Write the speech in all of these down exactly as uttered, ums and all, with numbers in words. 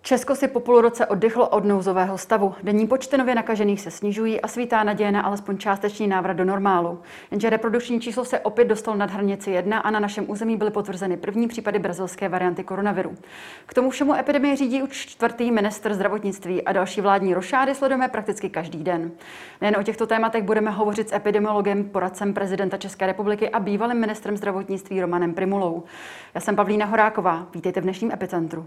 Česko si po půl roce oddychlo od nouzového stavu. Denní počty nově nakažených se snižují a svítá naděje na alespoň částečný návrat do normálu. Jenže reprodukční číslo se opět dostalo nad hranici jedna a na našem území byly potvrzeny první případy brazilské varianty koronaviru. K tomu všemu epidemii řídí už čtvrtý ministr zdravotnictví a další vládní rošády sledujeme prakticky každý den. Nejen o těchto tématech budeme hovořit s epidemiologem, poradcem prezidenta České republiky a bývalým ministrem zdravotnictví Romanem Prymulou. Já jsem Pavlína Horáková. Vítejte v dnešním Epicentru.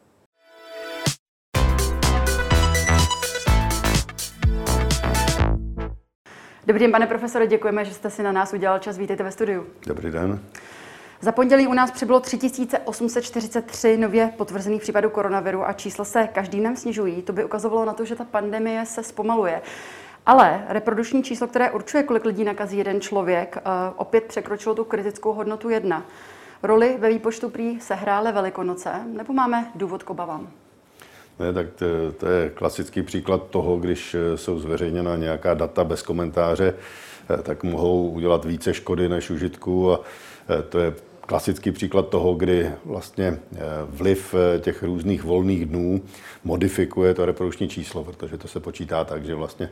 Dobrý den, pane profesore, děkujeme, že jste si na nás udělal čas. Vítejte ve studiu. Dobrý den. Za pondělí u nás přibylo tři tisíce osm set čtyřicet tři nově potvrzených případů koronaviru a čísla se každým dnem snižují. To by ukazovalo na to, že ta pandemie se zpomaluje. Ale reprodukční číslo, které určuje, kolik lidí nakazí jeden člověk, opět překročilo tu kritickou hodnotu jedna. Roli ve výpočtu prý sehrály Velikonoce, nebo máme důvod k obavám? Ne, tak to, to je klasický příklad toho, když jsou zveřejněna nějaká data bez komentáře, tak mohou udělat více škody než užitku. A to je klasický příklad toho, kdy vlastně vliv těch různých volných dnů modifikuje to reprodukční číslo, protože to se počítá tak, že vlastně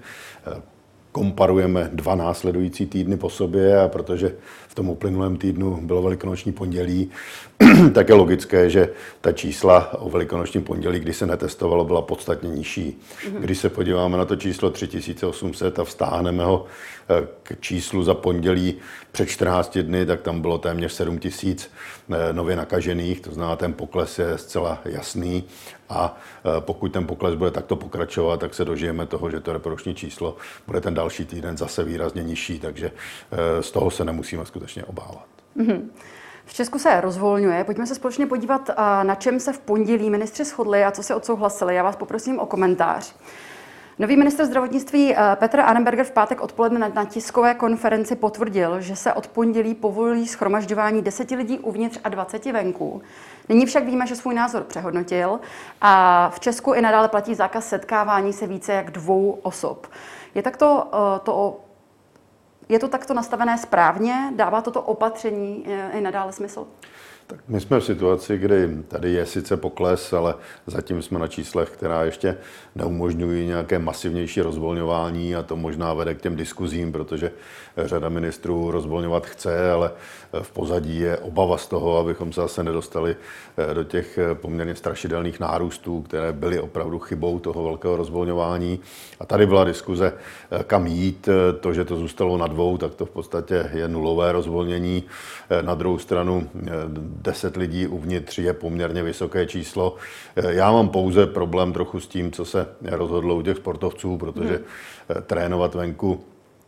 komparujeme dva následující týdny po sobě a protože v tom uplynulém týdnu bylo velikonoční pondělí, tak je logické, že ta čísla o velikonočním pondělí, kdy se netestovalo, byla podstatně nižší. Když se podíváme na to číslo tři tisíce osm set a vztáhneme ho k číslu za pondělí před čtrnácti dny, tak tam bylo téměř sedm tisíc nově nakažených, to znamená, ten pokles je zcela jasný a pokud ten pokles bude takto pokračovat, tak se dožijeme toho, že to reprodukční číslo bude ten další týden zase výrazně nižší, takže z toho se nemusíme skutečně obávat. Mm-hmm. V Česku se rozvolňuje. Pojďme se společně podívat, na čem se v pondělí ministři shodli a co se odsouhlasili. Já vás poprosím o komentář. Nový ministr zdravotnictví Petr Arenberger v pátek odpoledne na tiskové konferenci potvrdil, že se od pondělí povolí shromažďování deseti lidí uvnitř a dvaceti venku. Nyní však víme, že svůj názor přehodnotil a v Česku i nadále platí zákaz setkávání se více jak dvou osob. Je takto to Je to takto nastavené správně? Dává toto opatření i nadále smysl? Tak my jsme v situaci, kdy tady je sice pokles, ale zatím jsme na číslech, která ještě neumožňují nějaké masivnější rozvolňování a to možná vede k těm diskuzím, protože řada ministrů rozvolňovat chce, ale v pozadí je obava z toho, abychom se zase nedostali do těch poměrně strašidelných nárůstů, které byly opravdu chybou toho velkého rozvolňování. A tady byla diskuze, kam jít. To, že to zůstalo na dvou, tak to v podstatě je nulové rozvolnění. Na druhou stranu deset lidí uvnitř je poměrně vysoké číslo. Já mám pouze problém trochu s tím, co se rozhodlo u těch sportovců, protože hmm. trénovat venku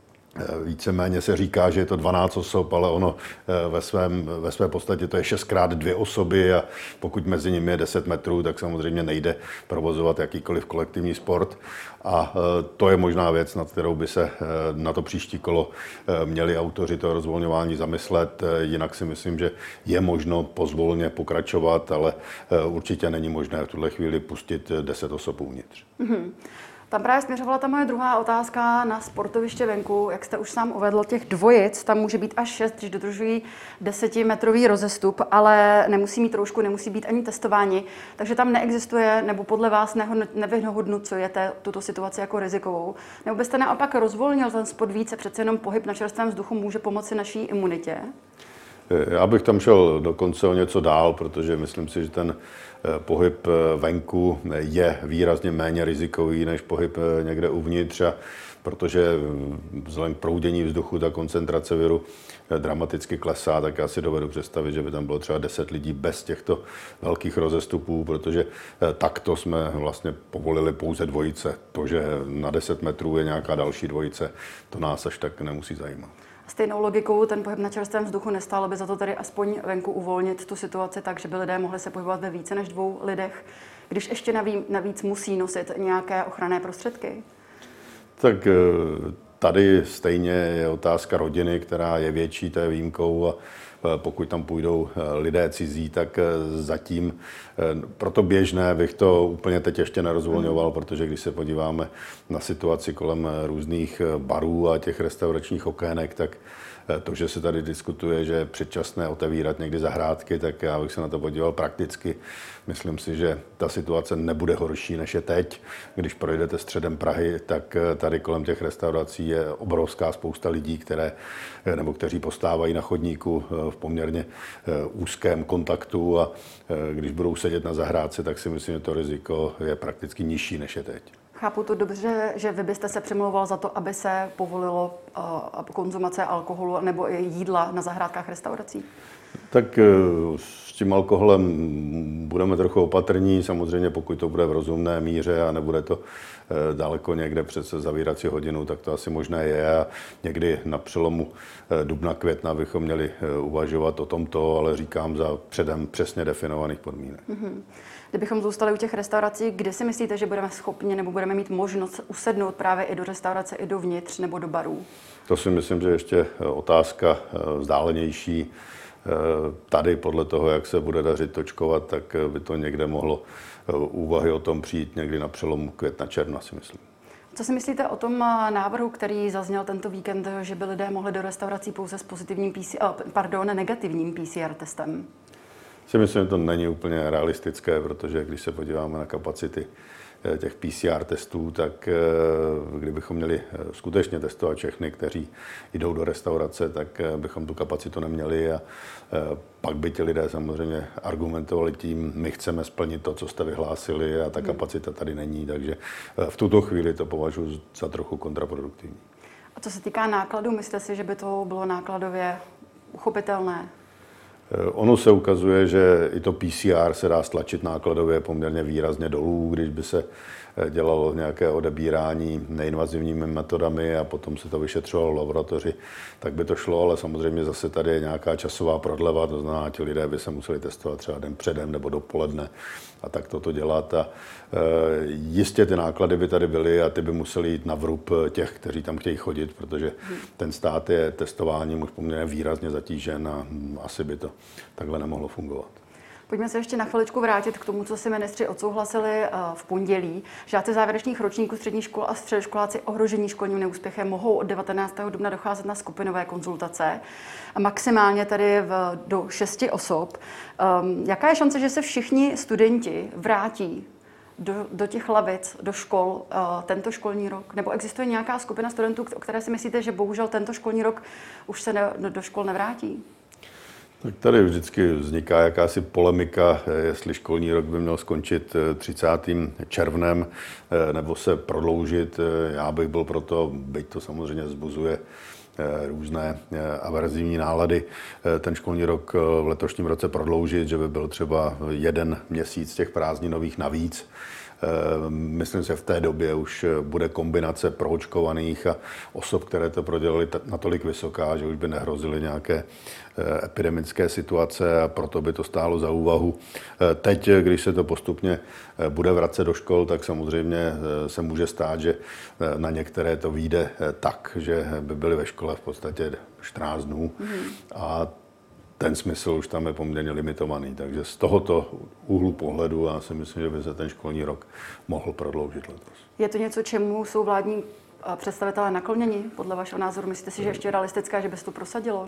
víceméně se říká, že je to dvanáct osob, ale ono ve, svém, ve své podstatě to je šest krát dvě osoby a pokud mezi nimi je deset metrů, tak samozřejmě nejde provozovat jakýkoliv kolektivní sport. A to je možná věc, nad kterou by se na to příští kolo měli autoři toho rozvolňování zamyslet. Jinak si myslím, že je možno pozvolně pokračovat, ale určitě není možné v tuhle chvíli pustit deset osob uvnitř. Mm-hmm. Tam právě směřovala ta moje druhá otázka na sportoviště venku. Jak jste už sám uvedl, těch dvojic tam může být až šest, když dodržují desetimetrový rozestup, ale nemusí mít roušku, nemusí být ani testování. Takže tam neexistuje, nebo podle vás nevyhodnocujete tuto situaci jako rizikovou. Nebo byste naopak rozvolnil ten sport více, přece jenom pohyb na čerstvém vzduchu může pomoci naší imunitě? Já bych tam šel dokonce o něco dál, protože myslím si, že ten pohyb venku je výrazně méně rizikový než pohyb někde uvnitř, a protože vzhledem k proudění vzduchu ta koncentrace viru dramaticky klesá, tak já si dovedu představit, že by tam bylo třeba deset lidí bez těchto velkých rozestupů, protože takto jsme vlastně povolili pouze dvojice. To, že na deset metrů je nějaká další dvojice, to nás až tak nemusí zajímat. Stejnou logikou ten pohyb na čerstvém vzduchu nestálo by za to tedy aspoň venku uvolnit tu situaci tak, že by lidé mohli se pohybovat ve více než dvou lidech, když ještě navíc musí nosit nějaké ochranné prostředky? Tak tady stejně je otázka rodiny, která je větší, to je výjimkou a pokud tam půjdou lidé cizí, tak zatím proto běžné bych to úplně teď ještě nerozvolňoval, mm. protože když se podíváme na situaci kolem různých barů a těch restauračních okének, tak to, že se tady diskutuje, že je předčasné otevírat někdy zahrádky, tak já bych se na to podíval prakticky. Myslím si, že ta situace nebude horší, než je teď. Když projdete středem Prahy, tak tady kolem těch restaurací je obrovská spousta lidí, které, nebo kteří postávají na chodníku v poměrně úzkém kontaktu a když budou sedět na zahrádce, tak si myslím, že to riziko je prakticky nižší, než je teď. Chápu to dobře, že vy byste se přimlouval za to, aby se povolilo uh, konzumace alkoholu nebo i jídla na zahrádkách restaurací? Tak s tím alkoholem budeme trochu opatrní, samozřejmě pokud to bude v rozumné míře a nebude to daleko někde před zavírací hodinu, tak to asi možné je a někdy na přelomu dubna, května bychom měli uvažovat o tomto, ale říkám za předem přesně definovaných podmínek. Mm-hmm. Kdybychom zůstali u těch restaurací, kde si myslíte, že budeme schopni nebo budeme mít možnost usednout právě i do restaurace, i dovnitř nebo do barů? To si myslím, že ještě otázka vzdálenější. Tady podle toho, jak se bude dařit točkovat, tak by to někde mohlo úvahy o tom přijít někdy na přelomu května, června, si myslím. Co si myslíte o tom návrhu, který zazněl tento víkend, že by lidé mohli do restaurací pouze s pozitivním P C R, pardon, negativním P C R testem? Si myslím, že to není úplně realistické, protože když se podíváme na kapacity těch P C R testů, tak kdybychom měli skutečně testovat všechny, kteří jdou do restaurace, tak bychom tu kapacitu neměli a pak by ti lidé samozřejmě argumentovali tím, my chceme splnit to, co jste vyhlásili a ta kapacita tady není, takže v tuto chvíli to považuji za trochu kontraproduktivní. A co se týká nákladů, myslíte si, že by to bylo nákladově uchopitelné? Ono se ukazuje, že i to P C R se dá stlačit nákladově poměrně výrazně dolů, když by se dělalo nějaké odebírání neinvazivními metodami a potom se to vyšetřovalo v laboratoři, tak by to šlo, ale samozřejmě zase tady je nějaká časová prodleva, to znamená, ti lidé by se museli testovat třeba den předem nebo dopoledne a tak toto dělat. A e, jistě ty náklady by tady byly a ty by museli jít na vrub těch, kteří tam chtějí chodit, protože ten stát je testováním už poměrně výrazně zatížen a asi by to takhle nemohlo fungovat. Pojďme se ještě na chviličku vrátit k tomu, co si ministři odsouhlasili v pondělí. Žáci závěrečných ročníků středních škol a středoškoláci ohrožení školním neúspěchem mohou od devatenáctého dubna docházet na skupinové konzultace, maximálně tady v, do šesti osob. Um, jaká je šance, že se všichni studenti vrátí do, do těch lavic, do škol uh, tento školní rok? Nebo existuje nějaká skupina studentů, o které si myslíte, že bohužel tento školní rok už se ne, do škol nevrátí? Tak tady vždycky vzniká jakási polemika, jestli školní rok by měl skončit třicátým červnem nebo se prodloužit. Já bych byl proto, byť to samozřejmě vzbuzuje různé averzivní nálady, ten školní rok v letošním roce prodloužit, že by byl třeba jeden měsíc těch prázdninových navíc. Myslím, že v té době už bude kombinace proočkovaných a osob, které to prodělali natolik vysoká, že už by nehrozily nějaké epidemické situace a proto by to stálo za úvahu. Teď, když se to postupně bude vracet do škol, tak samozřejmě se může stát, že na některé to vyjde tak, že by byly ve škole v podstatě čtrnáct dnů a ten smysl už tam je poměrně limitovaný. Takže z tohoto úhlu pohledu já si myslím, že by se ten školní rok mohl prodloužit letos. Je to něco, čemu jsou vládní představitelé nakloněni? Podle vašeho názoru myslíte si, že ještě realistické, že by se to prosadilo?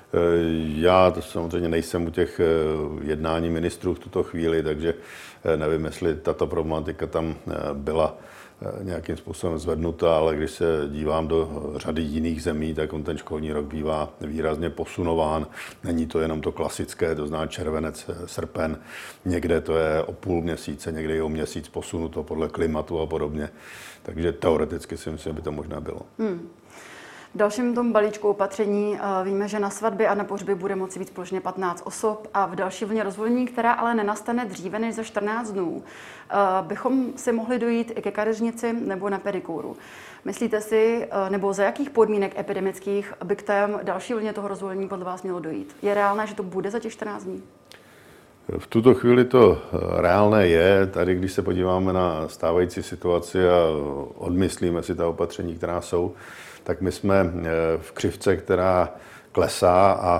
Já to samozřejmě nejsem u těch jednání ministrů v tuto chvíli, takže nevím, jestli tato problematika tam byla nějakým způsobem zvednuta, ale když se dívám do řady jiných zemí, tak on ten školní rok bývá výrazně posunován. Není to jenom to klasické, to znamená červenec, srpen. Někde to je o půl měsíce, někde je o měsíc posunuto podle klimatu a podobně. Takže teoreticky si myslím, že by to možná bylo. Hmm. V dalším tom balíčku opatření víme, že na svatby a na pohřby bude moci být společně patnáct osob a v další vlně rozvolnění, která ale nenastane dříve než za čtrnáct dnů, bychom si mohli dojít i ke kadeřnici nebo na pedikúru. Myslíte si, nebo za jakých podmínek epidemických by k té další vlně toho rozvolnění podle vás mělo dojít? Je reálné, že to bude za těch čtrnáct dní? V tuto chvíli to reálné je. Tady, když se podíváme na stávající situaci a odmyslíme si ta opatření, která jsou, tak my jsme v křivce, která klesá a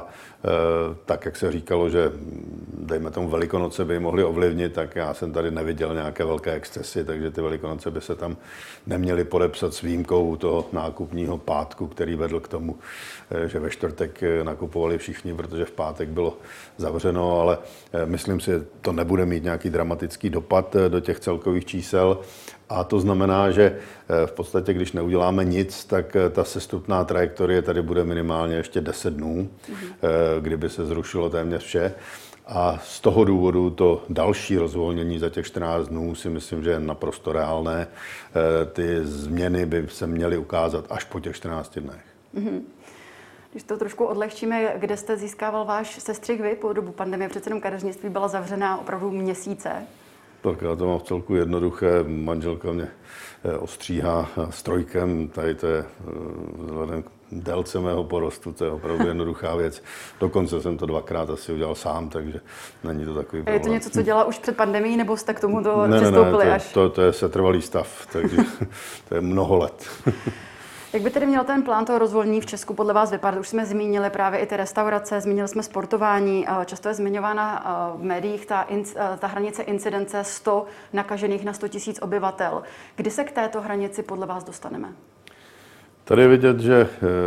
tak, jak se říkalo, že dejme tomu Velikonoce by mohly ovlivnit, tak já jsem tady neviděl nějaké velké excesy, takže ty Velikonoce by se tam neměly podepsat s výjimkou toho nákupního pátku, který vedl k tomu, že ve čtvrtek nakupovali všichni, protože v pátek bylo zavřeno, ale myslím si, že to nebude mít nějaký dramatický dopad do těch celkových čísel. A to znamená, že v podstatě, když neuděláme nic, tak ta sestupná trajektorie tady bude minimálně ještě deset dnů, mm-hmm. kdyby se zrušilo téměř vše. A z toho důvodu to další rozvolnění za těch čtrnáct dnů si myslím, že je naprosto reálné. Ty změny by se měly ukázat až po těch čtrnácti dnech. Mm-hmm. Když to trošku odlehčíme, kde jste získával váš sestřih vy po dobu pandemie? Přece jenom kadeřnictví byla zavřená opravdu měsíce. Tak já to mám v celku jednoduché. Manželka mě ostříhá strojkem, tady to je vzhledem k délce mého porostu, to je opravdu jednoduchá věc. Dokonce jsem to dvakrát asi udělal sám, takže není to takový problém. Je to něco, co dělá už před pandemií, nebo jste k tomu to ne, přistoupili ne, ne, až? To, to, to je setrvalý stav, takže to je mnoho let. Jak by tedy měl ten plán toho rozvolnění v Česku podle vás vypadat? Už jsme zmínili právě i ty restaurace, zmínili jsme sportování. Často je zmiňována v médiích ta, ta hranice incidence sto nakažených na sto tisíc obyvatel. Kdy se k této hranici podle vás dostaneme? Tady je vidět, že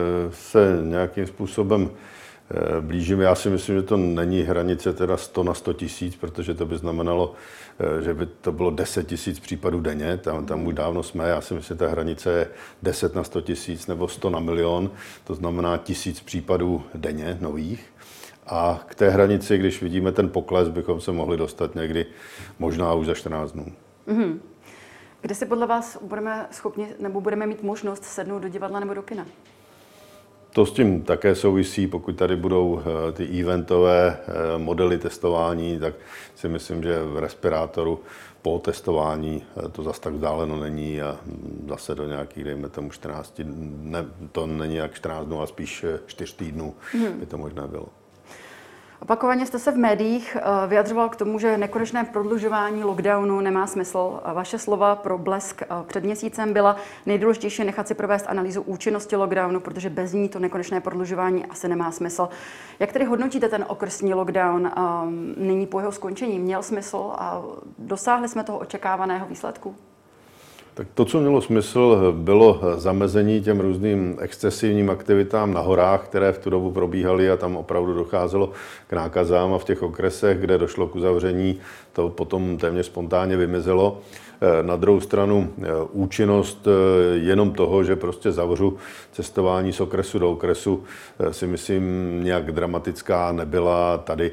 se nějakým způsobem blížíme. Já si myslím, že to není hranice teda sto na sto tisíc, protože to by znamenalo, že by to bylo deset tisíc případů denně. Tam, tam už dávno jsme. Já si myslím, že ta hranice je deset na sto tisíc nebo sto na milion. To znamená tisíc případů denně nových. A k té hranici, když vidíme ten pokles, bychom se mohli dostat někdy možná už za čtrnáct dnů. Mm-hmm. Kdy si podle vás budeme schopni nebo budeme mít možnost sednout do divadla nebo do kina? To s tím také souvisí, pokud tady budou ty eventové modely testování, tak si myslím, že v respirátoru po testování to zas tak vzdáleno není a zase do nějakých, dejme tomu čtrnáct, ne, to není jak čtrnáct dnů, ale spíš čtyři týdnů hmm. by to možná bylo. Opakovaně jste se v médiích vyjadřoval k tomu, že nekonečné prodlužování lockdownu nemá smysl. Vaše slova pro Blesk před měsícem byla: nejdůležitější nechat si provést analýzu účinnosti lockdownu, protože bez ní to nekonečné prodlužování asi nemá smysl. Jak tedy hodnotíte ten okresní lockdown nyní po jeho skončení? Měl smysl a dosáhli jsme toho očekávaného výsledku? Tak to, co mělo smysl, bylo zamezení těm různým excesivním aktivitám na horách, které v tu dobu probíhaly a tam opravdu docházelo k nákazám a v těch okresech, kde došlo k uzavření, to potom téměř spontánně vymizelo. Na druhou stranu účinnost jenom toho, že prostě zavřu cestování z okresu do okresu, si myslím nějak dramatická nebyla. Tady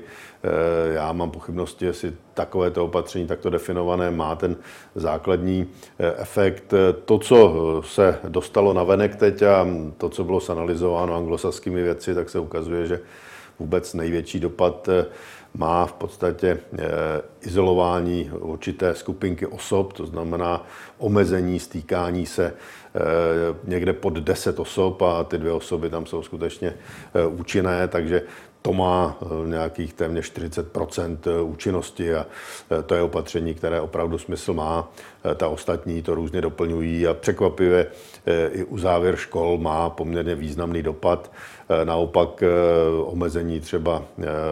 já mám pochybnosti, jestli takovéto opatření takto definované má ten základní efekt. To, co se dostalo navenek teď a to, co bylo analyzováno anglosaskými vědci, tak se ukazuje, že vůbec největší dopad má v podstatě izolování určité skupinky osob, to znamená omezení stýkání se někde pod deset osob a ty dvě osoby tam jsou skutečně účinné, takže to má nějakých téměř čtyřicet procent účinnosti a to je opatření, které opravdu smysl má. Ta ostatní to různě doplňují a překvapivě i u závěr škol má poměrně významný dopad. Naopak omezení třeba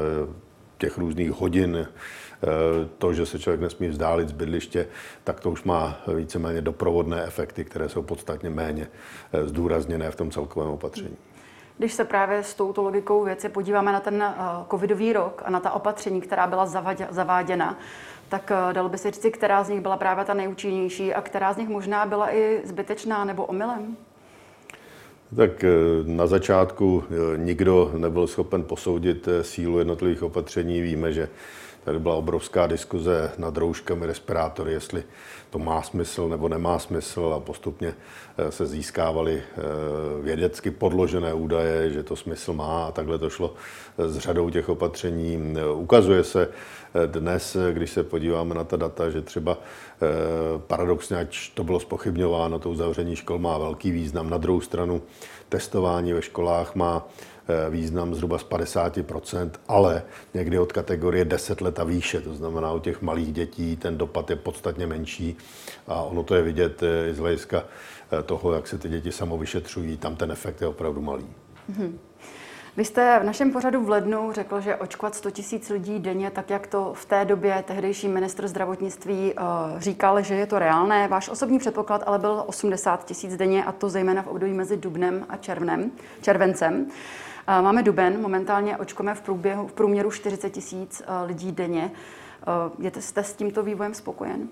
těch různých hodin, to, že se člověk nesmí vzdálit z bydliště, tak to už má víceméně doprovodné efekty, které jsou podstatně méně zdůrazněné v tom celkovém opatření. Když se právě s touto logikou věci podíváme na ten covidový rok a na ta opatření, která byla zaváděna, tak dalo by se říct, která z nich byla právě ta nejúčinnější a která z nich možná byla i zbytečná nebo omylem? Tak na začátku nikdo nebyl schopen posoudit sílu jednotlivých opatření. Víme, že tady byla obrovská diskuze nad rouškami, respirátory, jestli to má smysl nebo nemá smysl a postupně se získávaly vědecky podložené údaje, že to smysl má a takhle to šlo s řadou těch opatření. Ukazuje se dnes, když se podíváme na ta data, že třeba paradoxně, ať to bylo zpochybňováno, to uzavření škol má velký význam. Na druhou stranu testování ve školách má význam zhruba z padesát procent, ale někdy od kategorie deset let a výše, to znamená u těch malých dětí ten dopad je podstatně menší a ono to je vidět i z hlediska toho, jak se ty děti samovyšetřují, tam ten efekt je opravdu malý. Mm-hmm. Vy jste v našem pořadu v lednu řekl, že očkovat sto tisíc lidí denně, tak jak to v té době tehdejší ministr zdravotnictví říkal, že je to reálné. Váš osobní předpoklad ale byl osmdesát tisíc denně, a to zejména v období mezi dubnem a červnem, červencem. Máme duben, momentálně očkujeme v, průběhu, v průměru čtyřicet tisíc lidí denně. Jste s tímto vývojem spokojen?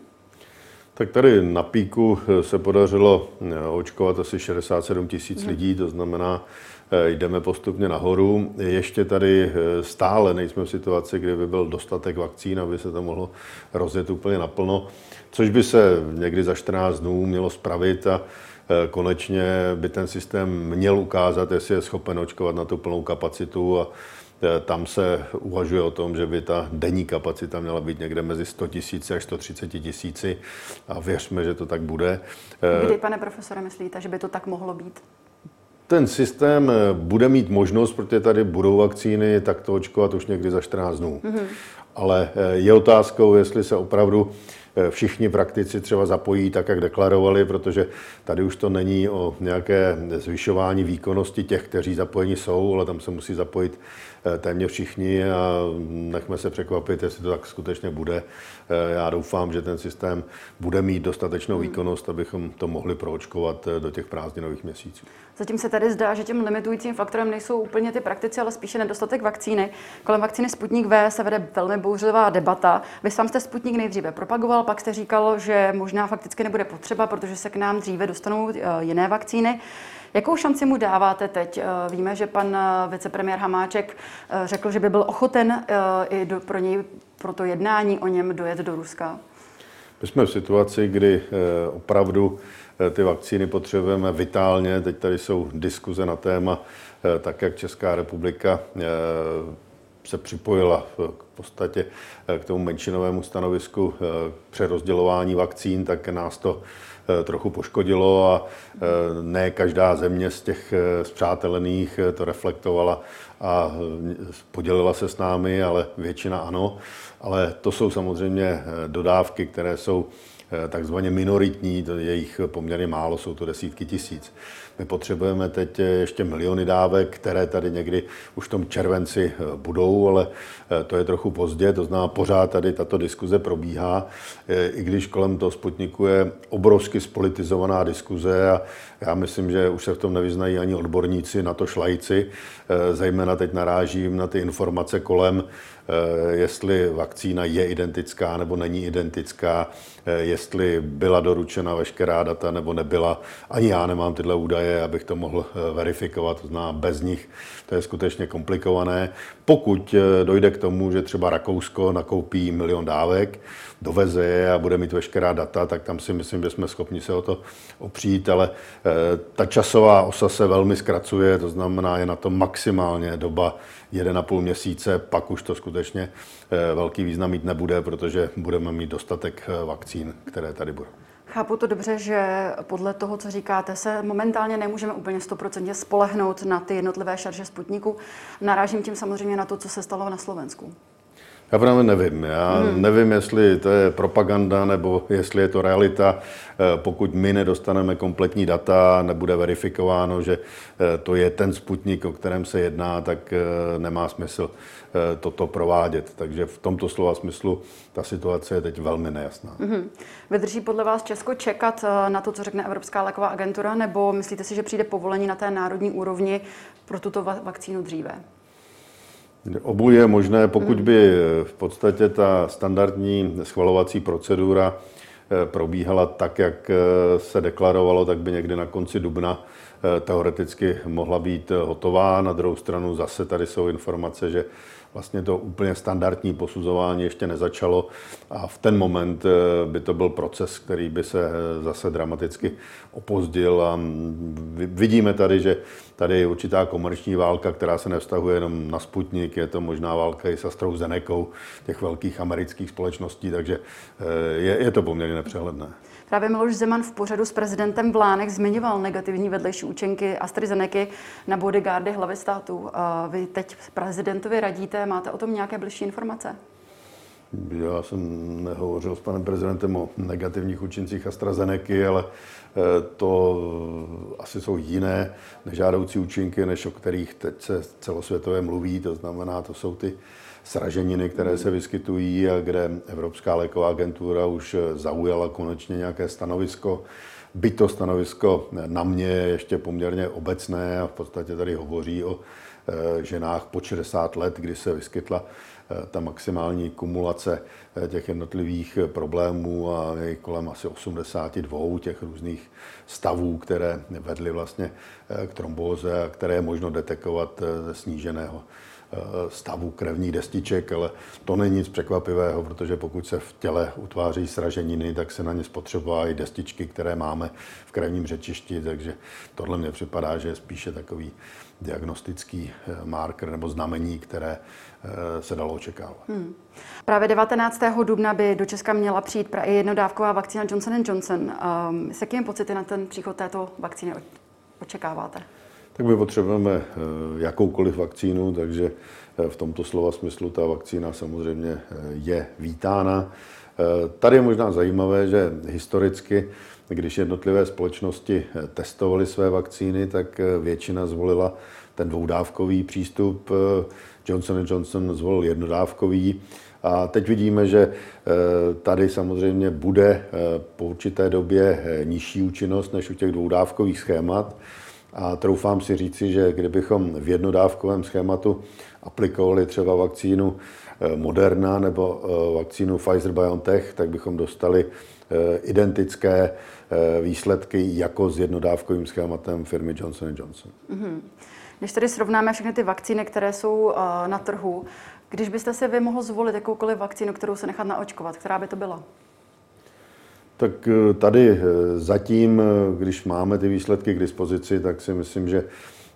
Tak tady na píku se podařilo očkovat asi šedesát sedm tisíc hmm. lidí, to znamená, jdeme postupně nahoru. Ještě tady stále nejsme v situaci, kdy by byl dostatek vakcín, aby se to mohlo rozjet úplně naplno, což by se někdy za čtrnáct dnů mělo spravit a konečně by ten systém měl ukázat, jestli je schopen očkovat na tu plnou kapacitu, a tam se uvažuje o tom, že by ta denní kapacita měla být někde mezi sto tisíci až sto třicet tisíci, a věřme, že to tak bude. Kdy, pane profesore, myslíte, že by to tak mohlo být? Ten systém bude mít možnost, protože tady budou vakcíny, tak to očkovat už někdy za čtrnáct dnů. Mm-hmm. Ale je otázkou, jestli se opravdu všichni praktici třeba zapojí tak, jak deklarovali, protože tady už to není o nějaké zvyšování výkonnosti těch, kteří zapojeni jsou, ale tam se musí zapojit téměř všichni a nechme se překvapit, jestli to tak skutečně bude. Já doufám, že ten systém bude mít dostatečnou výkonnost, abychom to mohli proočkovat do těch prázdninových měsíců. Zatím se tady zdá, že tím limitujícím faktorem nejsou úplně ty praktici, ale spíše nedostatek vakcíny. Kolem vakcíny Sputnik V se vede velmi bouřlivá debata. Vy sám jste Sputnik nejdříve propagoval, pak jste říkal, že možná fakticky nebude potřeba, protože se k nám dříve dostanou jiné vakcíny. Jakou šanci mu dáváte teď? Víme, že pan vicepremiér Hamáček řekl, že by byl ochoten i do, pro něj, pro to jednání o něm dojet do Ruska. My jsme v situaci, kdy opravdu ty vakcíny potřebujeme vitálně. Teď tady jsou diskuze na téma, tak jak Česká republika se připojila v podstatě k tomu menšinovému stanovisku přerozdělování vakcín, tak nás to trochu poškodilo a ne každá země z těch spřátelených to reflektovala a podělila se s námi, ale většina ano. Ale to jsou samozřejmě dodávky, které jsou takzvaně minoritní, to je jich poměrně málo, jsou to desítky tisíc. My potřebujeme teď ještě miliony dávek, které tady někdy už v tom červenci budou, ale to je trochu pozdě, to znamená, pořád tady tato diskuze probíhá, i když kolem toho Sputniku je obrovsky spolitizovaná diskuze a já myslím, že už se v tom nevyznají ani odborníci, na to šlajci, zejména teď narážím na ty informace kolem, jestli vakcína je identická nebo není identická, jestli byla doručena veškerá data nebo nebyla. Ani já nemám tyhle údaje, abych to mohl verifikovat, to znamená bez nich. To je skutečně komplikované. Pokud dojde k tomu, že třeba Rakousko nakoupí milion dávek, doveze je a bude mít veškerá data, tak tam si myslím, že jsme schopni se o to opřít, ale ta časová osa se velmi zkracuje, to znamená, je na to maximálně doba jeden a půl měsíce, pak už to skutečně velký význam mít nebude, protože budeme mít dostatek vakcín, které tady budou. Chápu to dobře, že podle toho, co říkáte, se momentálně nemůžeme úplně stoprocentně spolehnout na ty jednotlivé šarže Sputniku. Narážím tím samozřejmě na to, co se stalo na Slovensku. Já právě nevím. Já hmm. nevím, jestli to je propaganda nebo jestli je to realita. Pokud my nedostaneme kompletní data, nebude verifikováno, že to je ten Sputnik, o kterém se jedná, tak nemá smysl toto provádět. Takže v tomto slova smyslu ta situace je teď velmi nejasná. Hmm. Vydrží podle vás Česko čekat na to, co řekne Evropská léková agentura, nebo myslíte si, že přijde povolení na té národní úrovni pro tuto vakcínu dříve? Obojí je možné, pokud by v podstatě ta standardní schvalovací procedura probíhala tak, jak se deklarovalo, tak by někdy na konci dubna teoreticky mohla být hotová. Na druhou stranu zase tady jsou informace, že vlastně to úplně standardní posuzování ještě nezačalo a v ten moment by to byl proces, který by se zase dramaticky opozdil a vidíme tady, že tady je určitá komerční válka, která se nevztahuje jenom na Sputnik, je to možná válka i s AstraZenecou těch velkých amerických společností, takže je, je to poměrně nepřehledné. Právě Miloš Zeman v pořadu s prezidentem v Lánech zmiňoval negativní vedlejší účinky AstraZenecy na bodyguardy hlavy státu. Vy teď prezidentovi radíte, máte o tom nějaké bližší informace? Já jsem nehovořil s panem prezidentem o negativních účincích AstraZenecy, ale to asi jsou jiné nežádoucí účinky, než o kterých teď se celosvětově mluví. To znamená, to jsou ty sraženiny, které se vyskytují a kde Evropská léková agentura už zaujala konečně nějaké stanovisko. Byť to stanovisko na mě je ještě poměrně obecné a v podstatě tady hovoří o ženách po šedesát let, kdy se vyskytla ta maximální kumulace těch jednotlivých problémů a je kolem asi osmdesát dva těch různých stavů, které vedly vlastně k trombóze a které je možno detekovat ze sníženého stavu krevních destiček, ale to není nic překvapivého, protože pokud se v těle utváří sraženiny, tak se na ně spotřebovají destičky, které máme v krevním řečišti, takže tohle mně připadá, že je spíše takový diagnostický marker nebo znamení, které se dalo očekávat. Hmm. Právě devatenáctého dubna by do Česka měla přijít i jednodávková vakcína Johnson and Johnson. Um, s jakými pocity na ten příchod této vakcíny očekáváte? Tak my potřebujeme jakoukoliv vakcínu, takže v tomto slova smyslu ta vakcína samozřejmě je vítána. Tady je možná zajímavé, že historicky, když jednotlivé společnosti testovaly své vakcíny, tak většina zvolila ten dvoudávkový přístup. Johnson and Johnson zvolil jednodávkový. A teď vidíme, že tady samozřejmě bude po určité době nižší účinnost než u těch dvoudávkových schémat. A troufám si říci, že kdybychom v jednodávkovém schématu aplikovali třeba vakcínu Moderna nebo vakcínu Pfizer-BioNTech, tak bychom dostali identické výsledky jako s jednodávkovým schématem firmy Johnson and Johnson. Mm-hmm. Když tedy srovnáme všechny ty vakcíny, které jsou na trhu, když byste si vy mohl zvolit jakoukoliv vakcínu, kterou se nechat naočkovat, která by to byla? Tak tady zatím, když máme ty výsledky k dispozici, tak si myslím, že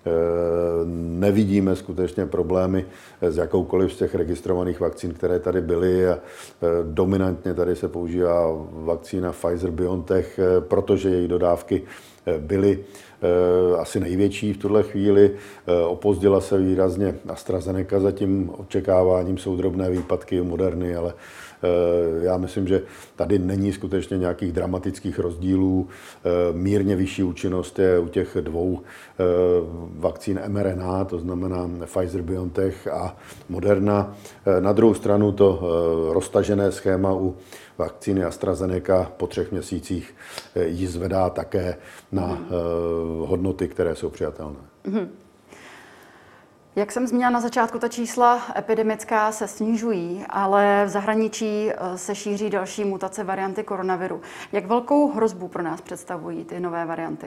nevidíme skutečně problémy s jakoukoliv z těch registrovaných vakcín, které tady byly. A dominantně tady se používá vakcína Pfizer-BioNTech, protože její dodávky byly asi největší v tuhle chvíli. Opozdila se výrazně AstraZeneca, zatím očekáváním jsou drobné výpadky u Moderny, ale já myslím, že tady není skutečně nějakých dramatických rozdílů. Mírně vyšší účinnost je u těch dvou vakcín em er en á, to znamená Pfizer-BioNTech a Moderna. Na druhou stranu to roztažené schéma u vakcíny AstraZeneca po třech měsících ji zvedá také na mm. hodnoty, které jsou přijatelné. Mm. Jak jsem zmínila na začátku, ta čísla epidemická se snižují, ale v zahraničí se šíří další mutace varianty koronaviru. Jak velkou hrozbu pro nás představují ty nové varianty?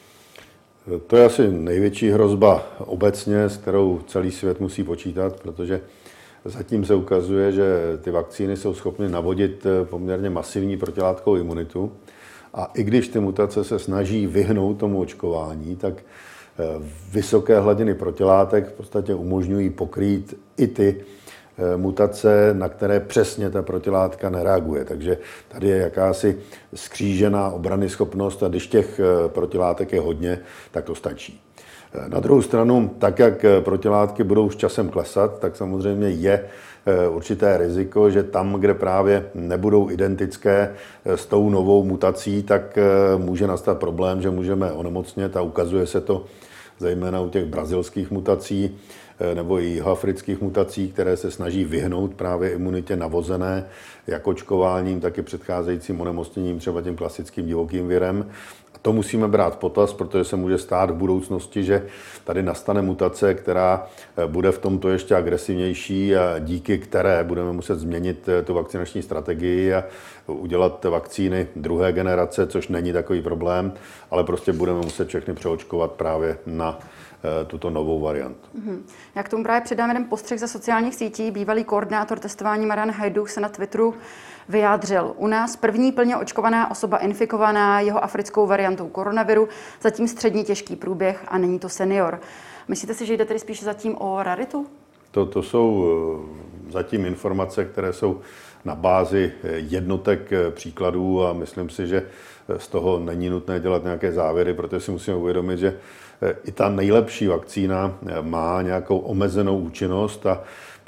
To je asi největší hrozba obecně, s kterou celý svět musí počítat, protože zatím se ukazuje, že ty vakcíny jsou schopny navodit poměrně masivní protilátkovou imunitu. A i když ty mutace se snaží vyhnout tomu očkování, tak vysoké hladiny protilátek v podstatě umožňují pokrýt i ty mutace, na které přesně ta protilátka nereaguje. Takže tady je jakási skřížená obranyschopnost a když těch protilátek je hodně, tak to stačí. Na druhou stranu, tak jak protilátky budou s časem klesat, tak samozřejmě je určité riziko, že tam, kde právě nebudou identické s tou novou mutací, tak může nastat problém, že můžeme onemocnět a ukazuje se to zejména u těch brazilských mutací nebo i jihoafrických mutací, které se snaží vyhnout právě imunitě navozené jak očkováním, tak i předcházejícím onemocněním, třeba tím klasickým divokým virem. A to musíme brát v potaz, protože se může stát v budoucnosti, že tady nastane mutace, která bude v tomto ještě agresivnější a díky které budeme muset změnit tu vakcinační strategii a udělat vakcíny druhé generace, což není takový problém, ale prostě budeme muset všechny přeočkovat právě na tuto novou variantu. Mm-hmm. Já k tomu právě přidám jeden postřeh ze sociálních sítí. Bývalý koordinátor testování Marian Hajdúch se na Twitteru vyjádřil: u nás první plně očkovaná osoba infikovaná jeho africkou variantou koronaviru, zatím středně těžký průběh a není to senior. Myslíte si, že jde tedy spíše zatím o raritu? To, to jsou zatím informace, které jsou na bázi jednotek příkladů a myslím si, že z toho není nutné dělat nějaké závěry, protože si musíme uvědomit, že i ta nejlepší vakcína má nějakou omezenou účinnost a v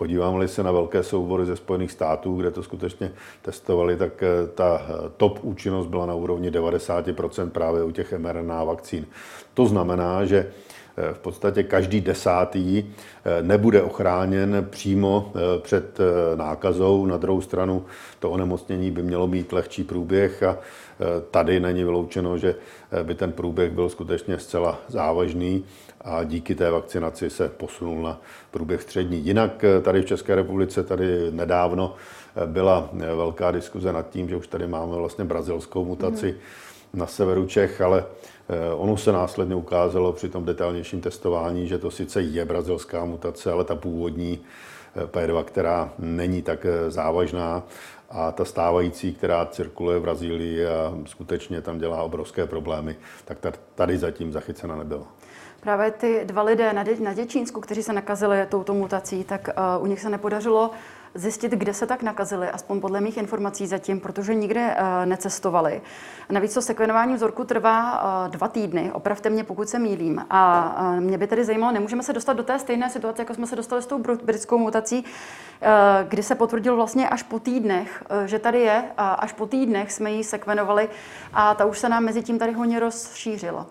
podíváme-li se na velké soubory ze Spojených států, kde to skutečně testovali, tak ta top účinnost byla na úrovni devadesát procent právě u těch em er en á vakcín. To znamená, že v podstatě každý desátý nebude ochráněn přímo před nákazou. Na druhou stranu to onemocnění by mělo mít lehčí průběh a tady není vyloučeno, že by ten průběh byl skutečně zcela závažný a díky té vakcinaci se posunul na průběh střední. Jinak tady v České republice tady nedávno byla velká diskuze nad tím, že už tady máme vlastně brazilskou mutaci mm. na severu Čech, ale ono se následně ukázalo při tom detailnějším testování, že to sice je brazilská mutace, ale ta původní P dva, která není tak závažná, a ta stávající, která cirkuluje v Brazílii a skutečně tam dělá obrovské problémy, tak tady zatím zachycena nebyla. Právě ty dva lidé na Děčínsku, kteří se nakazili touto mutací, tak uh, u nich se nepodařilo zjistit, kde se tak nakazili, aspoň podle mých informací zatím, protože nikde uh, necestovali. Navíc to sekvenování vzorku trvá uh, dva týdny, opravte mě, pokud se mýlím. A uh, mě by tedy zajímalo, nemůžeme se dostat do té stejné situace, jako jsme se dostali s tou britskou mutací, uh, kdy se potvrdilo vlastně až po týdnech, uh, že tady je, a až po týdnech jsme ji sekvenovali a ta už se nám mezi tím tady hodně rozšířila.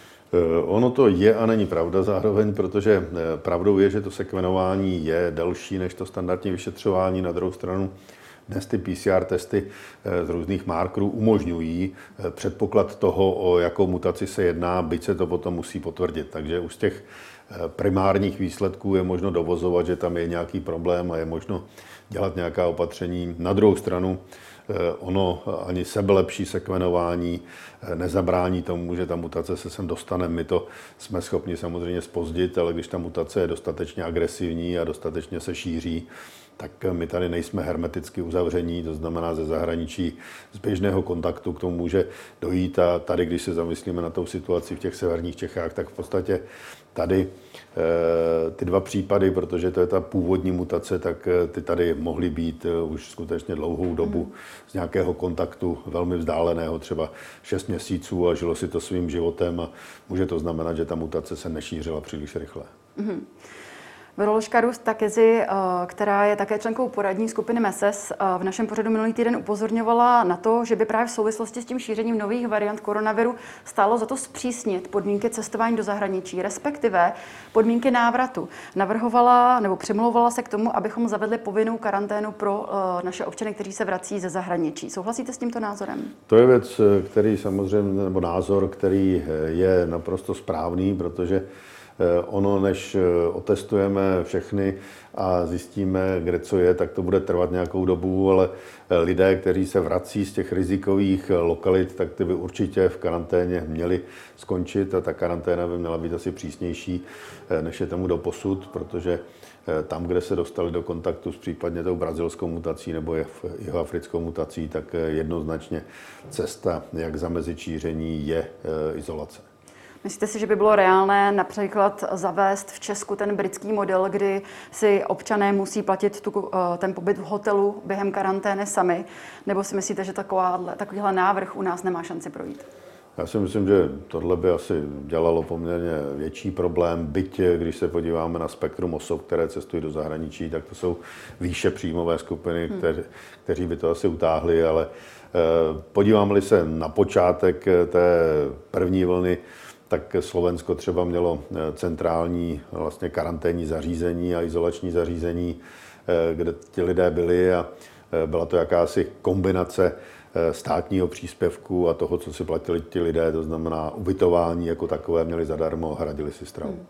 Ono to je a není pravda zároveň, protože pravdou je, že to sekvenování je delší než to standardní vyšetřování. Na druhou stranu dnes ty P C R testy z různých markerů umožňují předpoklad toho, o jakou mutaci se jedná, byť se to potom musí potvrdit. Takže už z těch primárních výsledků je možno dovozovat, že tam je nějaký problém a je možno dělat nějaká opatření. Na druhou stranu ono ani sebelepší sekvenování nezabrání tomu, že ta mutace se sem dostane. My to jsme schopni samozřejmě zpozdit, ale když ta mutace je dostatečně agresivní a dostatečně se šíří, tak my tady nejsme hermeticky uzavření, to znamená ze zahraničí, z běžného kontaktu k tomu může dojít a tady, když se zamyslíme na tou situaci v těch severních Čechách, tak v podstatě tady e, ty dva případy, protože to je ta původní mutace, tak ty tady mohly být už skutečně dlouhou dobu z nějakého kontaktu velmi vzdáleného, třeba šest měsíců a žilo si to svým životem a může to znamenat, že ta mutace se nešířila příliš rychle. Mm-hmm. Viroložka Ruth Takezi, která je také členkou poradní skupiny M E S E S, v našem pořadu minulý týden upozorňovala na to, že by právě v souvislosti s tím šířením nových variant koronaviru stálo za to zpřísnit podmínky cestování do zahraničí, respektive podmínky návratu. Navrhovala nebo přimlouvala se k tomu, abychom zavedli povinnou karanténu pro naše občany, kteří se vrací ze zahraničí. Souhlasíte s tímto názorem? To je věc, který samozřejmě, nebo názor, který je naprosto správný, protože ono, než otestujeme všechny a zjistíme, kde co je, tak to bude trvat nějakou dobu, ale lidé, kteří se vrací z těch rizikových lokalit, tak ty by určitě v karanténě měli skončit a ta karanténa by měla být asi přísnější, než je tomu doposud, protože tam, kde se dostali do kontaktu s případně tou brazilskou mutací nebo jihoafrickou mutací, tak jednoznačně cesta, jak zamezit šíření, je izolace. Myslíte si, že by bylo reálné například zavést v Česku ten britský model, kdy si občané musí platit tu, ten pobyt v hotelu během karantény sami? Nebo si myslíte, že takováhle, takovýhle návrh u nás nemá šanci projít? Já si myslím, že tohle by asi dělalo poměrně větší problém, byť když se podíváme na spektrum osob, které cestují do zahraničí, tak to jsou výše příjmové skupiny, hmm. kteři, kteří by to asi utáhli, ale podíváme-li se na počátek té první vlny, tak Slovensko třeba mělo centrální vlastně karanténní zařízení a izolační zařízení, kde ti lidé byli a byla to jakási kombinace státního příspěvku a toho, co si platili ti lidé, to znamená ubytování jako takové měli zadarmo a hradili si stravu. Hmm.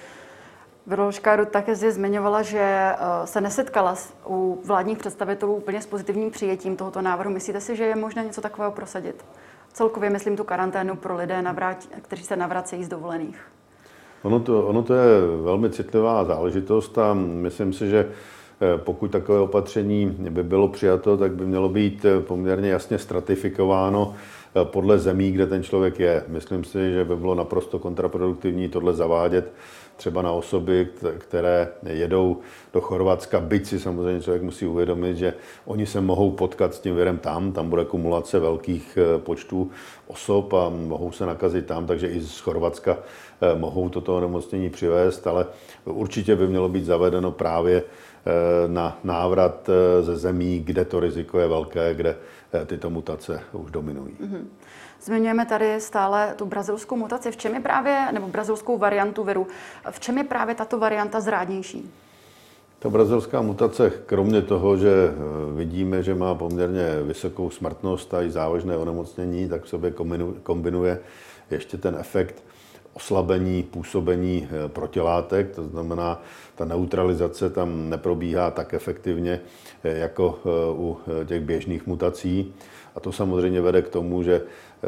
Viroložka Ruth Takezi zmiňovala, že se nesetkala u vládních představitelů úplně s pozitivním přijetím tohoto návrhu. Myslíte si, že je možné něco takového prosadit? Celkově myslím tu karanténu pro lidé, kteří se navracejí z dovolených. Ono to, ono to je velmi citlivá záležitost a myslím si, že pokud takové opatření by bylo přijato, tak by mělo být poměrně jasně stratifikováno podle zemí, kde ten člověk je. Myslím si, že by bylo naprosto kontraproduktivní tohle zavádět třeba na osoby, které jedou do Chorvatska, byť si samozřejmě člověk musí uvědomit, že oni se mohou potkat s tím virem tam, tam bude kumulace velkých počtů osob a mohou se nakazit tam, takže i z Chorvatska mohou toto onemocnění přivést, ale určitě by mělo být zavedeno právě na návrat ze zemí, kde to riziko je velké, kde tyto mutace už dominují. Mm-hmm. Zmiňujeme tady stále tu brazilskou mutaci. V čem je právě, nebo brazilskou variantu viru, v čem je právě tato varianta zrádnější? Ta brazilská mutace, kromě toho, že vidíme, že má poměrně vysokou smrtnost a i závažné onemocnění, tak v sobě kombinuje ještě ten efekt oslabení působení protilátek, to znamená, ta neutralizace tam neprobíhá tak efektivně jako u těch běžných mutací. A to samozřejmě vede k tomu, že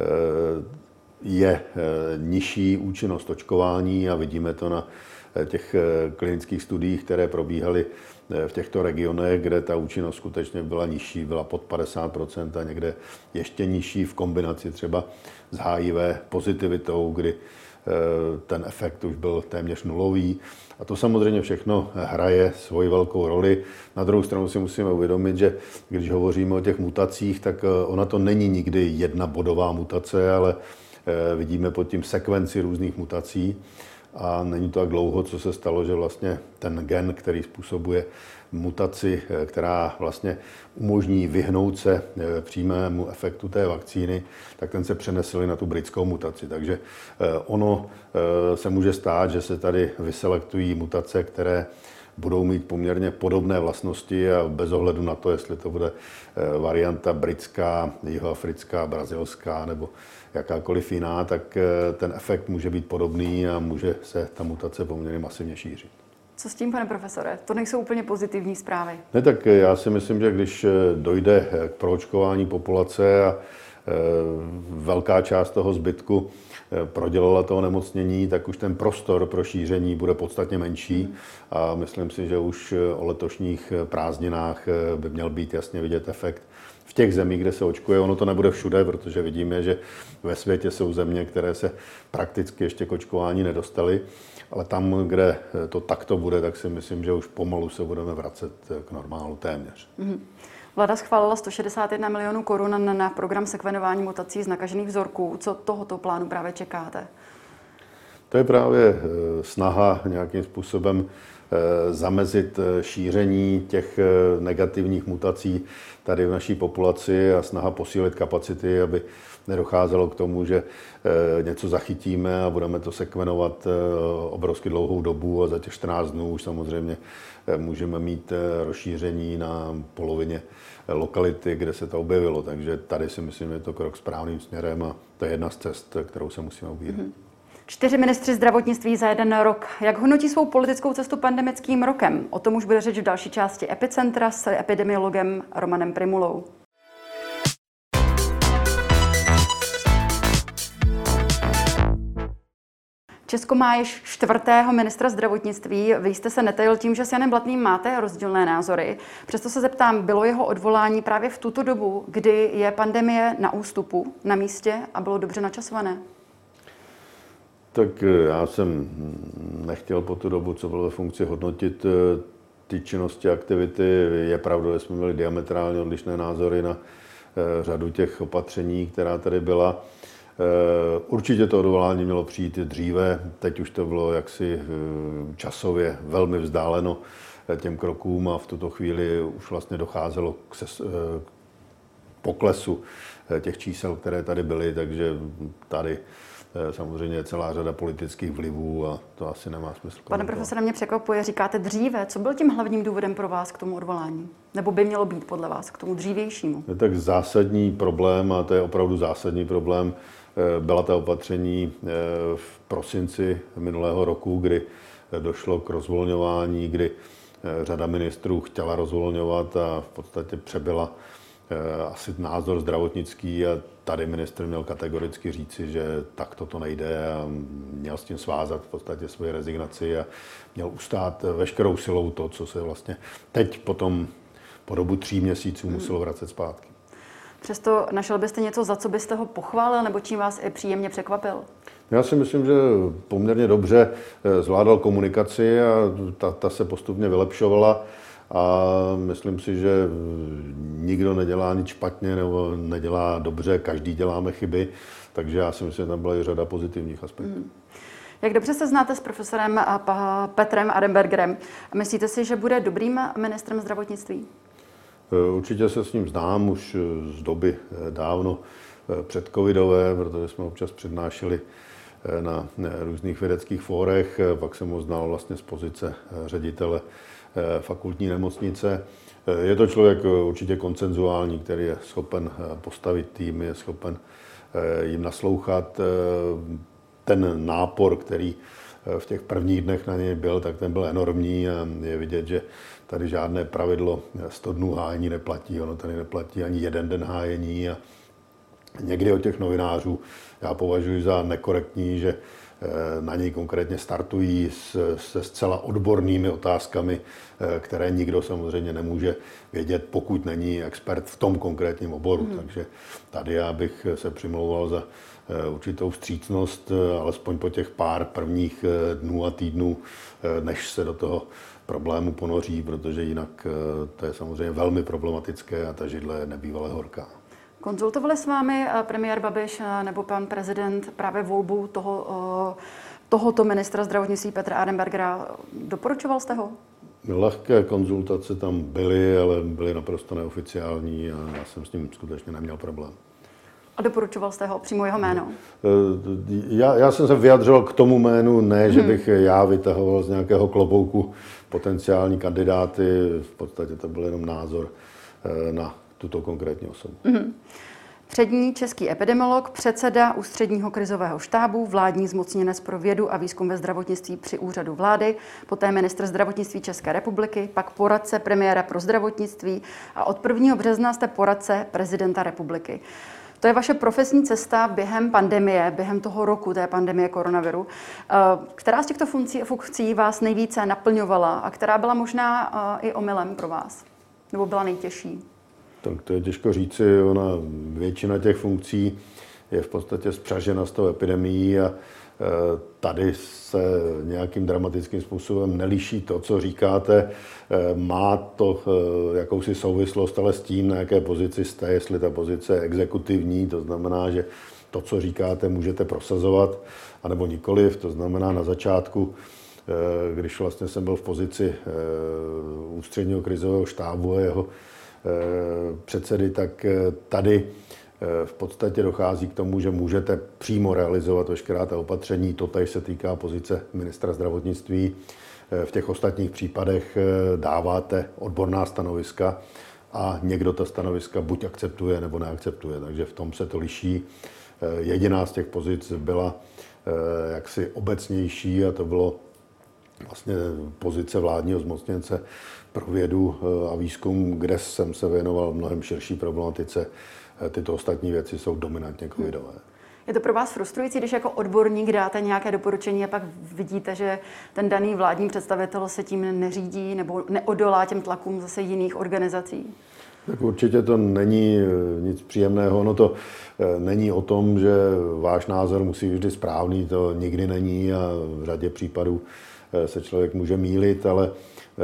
je nižší účinnost očkování a vidíme to na těch klinických studiích, které probíhaly v těchto regionech, kde ta účinnost skutečně byla nižší, byla pod padesát procent a někde ještě nižší v kombinaci třeba s H I V pozitivitou, kdy ten efekt už byl téměř nulový. A to samozřejmě všechno hraje svoji velkou roli. Na druhou stranu si musíme uvědomit, že když hovoříme o těch mutacích, tak ona to není nikdy jedna bodová mutace, ale vidíme pod tím sekvenci různých mutací. A není to tak dlouho, co se stalo, že vlastně ten gen, který způsobuje mutaci, která vlastně umožní vyhnout se přímému efektu té vakcíny, tak ten se přenesl na tu britskou mutaci. Takže ono se může stát, že se tady vyselektují mutace, které budou mít poměrně podobné vlastnosti a bez ohledu na to, jestli to bude varianta britská, jihoafrická, brazilská nebo jakákoliv jiná, tak ten efekt může být podobný a může se ta mutace poměrně masivně šířit. Co s tím, pane profesore? To nejsou úplně pozitivní zprávy. Ne, tak já si myslím, že když dojde k proočkování populace a velká část toho zbytku prodělala to onemocnění, tak už ten prostor pro šíření bude podstatně menší a myslím si, že už o letošních prázdninách by měl být jasně vidět efekt v těch zemích, kde se očkuje. Ono to nebude všude, protože vidíme, že ve světě jsou země, které se prakticky ještě k očkování nedostaly, ale tam, kde to takto bude, tak si myslím, že už pomalu se budeme vracet k normálu téměř. Mm-hmm. Vláda schválila sto šedesát jedna milionů korun na program sekvenování mutací z nakažených vzorků. Co tohoto plánu právě čekáte? To je právě snaha nějakým způsobem zamezit šíření těch negativních mutací tady v naší populaci a snaha posílit kapacity, aby nedocházelo k tomu, že něco zachytíme a budeme to sekvenovat obrovsky dlouhou dobu a za těch čtrnáct dnů už samozřejmě můžeme mít rozšíření na polovině lokality, kde se to objevilo. Takže tady si myslím, že je to krok správným směrem a to je jedna z cest, kterou se musíme ubírat. Mm-hmm. Čtyři ministři zdravotnictví za jeden rok. Jak hodnotí svou politickou cestu pandemickým rokem? O tom už bude řeč v další části Epicentra s epidemiologem Romanem Primulou. Česko má již čtvrtého ministra zdravotnictví. Vy jste se netajil tím, že s Janem Blatným máte rozdílné názory. Přesto se zeptám, bylo jeho odvolání právě v tuto dobu, kdy je pandemie na ústupu, na místě a bylo dobře načasované? Tak já jsem nechtěl po tu dobu, co bylo ve funkci, hodnotit ty činnosti, aktivity. Je pravda, že jsme měli diametrálně odlišné názory na řadu těch opatření, která tady byla. Určitě to odvolání mělo přijít dříve, teď už to bylo jaksi časově velmi vzdáleno těm krokům a v tuto chvíli už vlastně docházelo k, ses, k poklesu těch čísel, které tady byly, takže tady samozřejmě je celá řada politických vlivů a to asi nemá smysl. Pane profesore, mě překvapuje, říkáte dříve. Co byl tím hlavním důvodem pro vás k tomu odvolání? Nebo by mělo být podle vás k tomu dřívějšímu? Je tak zásadní problém, a to je opravdu zásadní problém, byla ta opatření v prosinci minulého roku, kdy došlo k rozvolňování, kdy řada ministrů chtěla rozvolňovat a v podstatě přebyla asi názor zdravotnický a tady ministr měl kategoricky říci, že takto to nejde a měl s tím svázat v podstatě svoji rezignaci a měl ustát veškerou silou to, co se vlastně teď potom po dobu tří měsíců muselo vracet zpátky. Přesto našel byste něco, za co byste ho pochválil, nebo čím vás i příjemně překvapil? Já si myslím, že poměrně dobře zvládal komunikaci a ta, ta se postupně vylepšovala a myslím si, že nikdo nedělá nic špatně nebo nedělá dobře, každý děláme chyby, takže já si myslím, že tam byla i řada pozitivních aspektů. Hmm. Jak dobře se znáte s profesorem Petrem Arenbergerem? Myslíte si, že bude dobrým ministrem zdravotnictví? Určitě se s ním znám už z doby dávno předcovidové, protože jsme občas přednášeli na různých vědeckých fórech, pak jsem ho znal vlastně z pozice ředitele fakultní nemocnice. Je to člověk určitě konsenzuální, který je schopen postavit tým, je schopen jim naslouchat. Ten nápor, který v těch prvních dnech na něj byl, tak ten byl enormní a je vidět, že tady žádné pravidlo sto dnů hájení neplatí. Ono tady neplatí ani jeden den hájení a někdy od těch novinářů já považuji za nekorektní, že na něj konkrétně startují se zcela odbornými otázkami, které nikdo samozřejmě nemůže vědět, pokud není expert v tom konkrétním oboru. Hmm. Takže tady já bych se přimlouval za určitou vstřícnost, alespoň po těch pár prvních dnů a týdnů, než se do toho problému ponoří, protože jinak to je samozřejmě velmi problematické a ta židle je nebývale horká. Konzultovali s vámi premiér Babiš nebo pan prezident právě volbu toho, tohoto ministra zdravotnictví Petra Arenbergera? Doporučoval jste ho? Lehké konzultace tam byly, ale byly naprosto neoficiální a já jsem s ním skutečně neměl problém. A doporučoval jste ho, přímo jeho jméno? Já, já jsem se vyjadřoval k tomu jménu, ne, že bych já vytahoval z nějakého klobouku potenciální kandidáty, v podstatě to byl jenom názor na tuto konkrétní osobu. Mm-hmm. Přední český epidemiolog, předseda Ústředního krizového štábu, vládní zmocněnec pro vědu a výzkum ve zdravotnictví při úřadu vlády, poté ministr zdravotnictví České republiky, pak poradce premiéra pro zdravotnictví a od prvního března jste poradce prezidenta republiky. To je vaše profesní cesta během pandemie, během toho roku té pandemie koronaviru. Která z těchto funkcí, funkcí vás nejvíce naplňovala a která byla možná i omylem pro vás? Nebo byla nejtěžší? Tak to je těžko říci. Ona, většina těch funkcí je v podstatě spřažena s tou epidemií a tady se nějakým dramatickým způsobem neliší to, co říkáte. Má to jakousi souvislost, ale s tím, na jaké pozici jste, jestli ta pozice je exekutivní, to znamená, že to, co říkáte, můžete prosazovat, anebo nikoliv. To znamená na začátku, když vlastně jsem byl v pozici Ústředního krizového štábu a jeho předsedy, tak tady v podstatě dochází k tomu, že můžete přímo realizovat veškerá ta opatření. Totéž se týká pozice ministra zdravotnictví. V těch ostatních případech dáváte odborná stanoviska a někdo ta stanoviska buď akceptuje, nebo neakceptuje. Takže v tom se to liší. Jediná z těch pozic byla jaksi obecnější a to bylo vlastně pozice vládního zmocněnce pro vědu a výzkum, kde jsem se věnoval mnohem širší problematice. Tyto ostatní věci jsou dominantně covidové. Je to pro vás frustrující, když jako odborník dáte nějaké doporučení a pak vidíte, že ten daný vládní představitel se tím neřídí nebo neodolá těm tlakům zase jiných organizací? Tak určitě to není nic příjemného. Ono to není o tom, že váš názor musí být vždy správný, to nikdy není a v řadě případů se člověk může mýlit, ale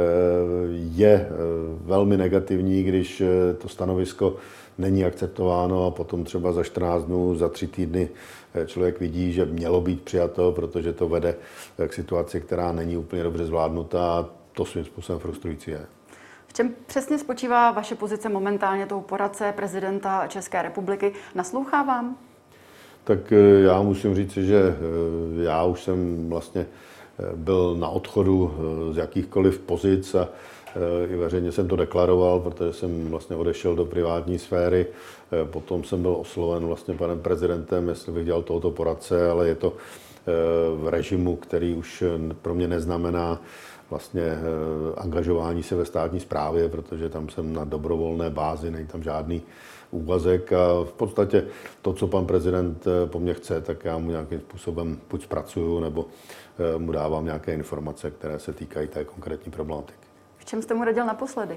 je velmi negativní, když to stanovisko není akceptováno a potom třeba za čtrnáct dnů, za tři týdny člověk vidí, že mělo být přijato, protože to vede k situaci, která není úplně dobře zvládnutá a to svým způsobem frustrující je. V čem přesně spočívá vaše pozice momentálně toho poradce prezidenta České republiky? Naslouchá vám? Tak já musím říct, že já už jsem vlastně byl na odchodu z jakýchkoliv pozic a i veřejně jsem to deklaroval, protože jsem vlastně odešel do privátní sféry. Potom jsem byl osloven vlastně panem prezidentem, jestli bych dělal tohoto poradce, ale je to v režimu, který už pro mě neznamená vlastně angažování se ve státní správě, protože tam jsem na dobrovolné bázi, není tam žádný úvazek a v podstatě to, co pan prezident po mně chce, tak já mu nějakým způsobem buď zpracuju, nebo mu dávám nějaké informace, které se týkají té konkrétní problematiky. V čem jste mu radil naposledy?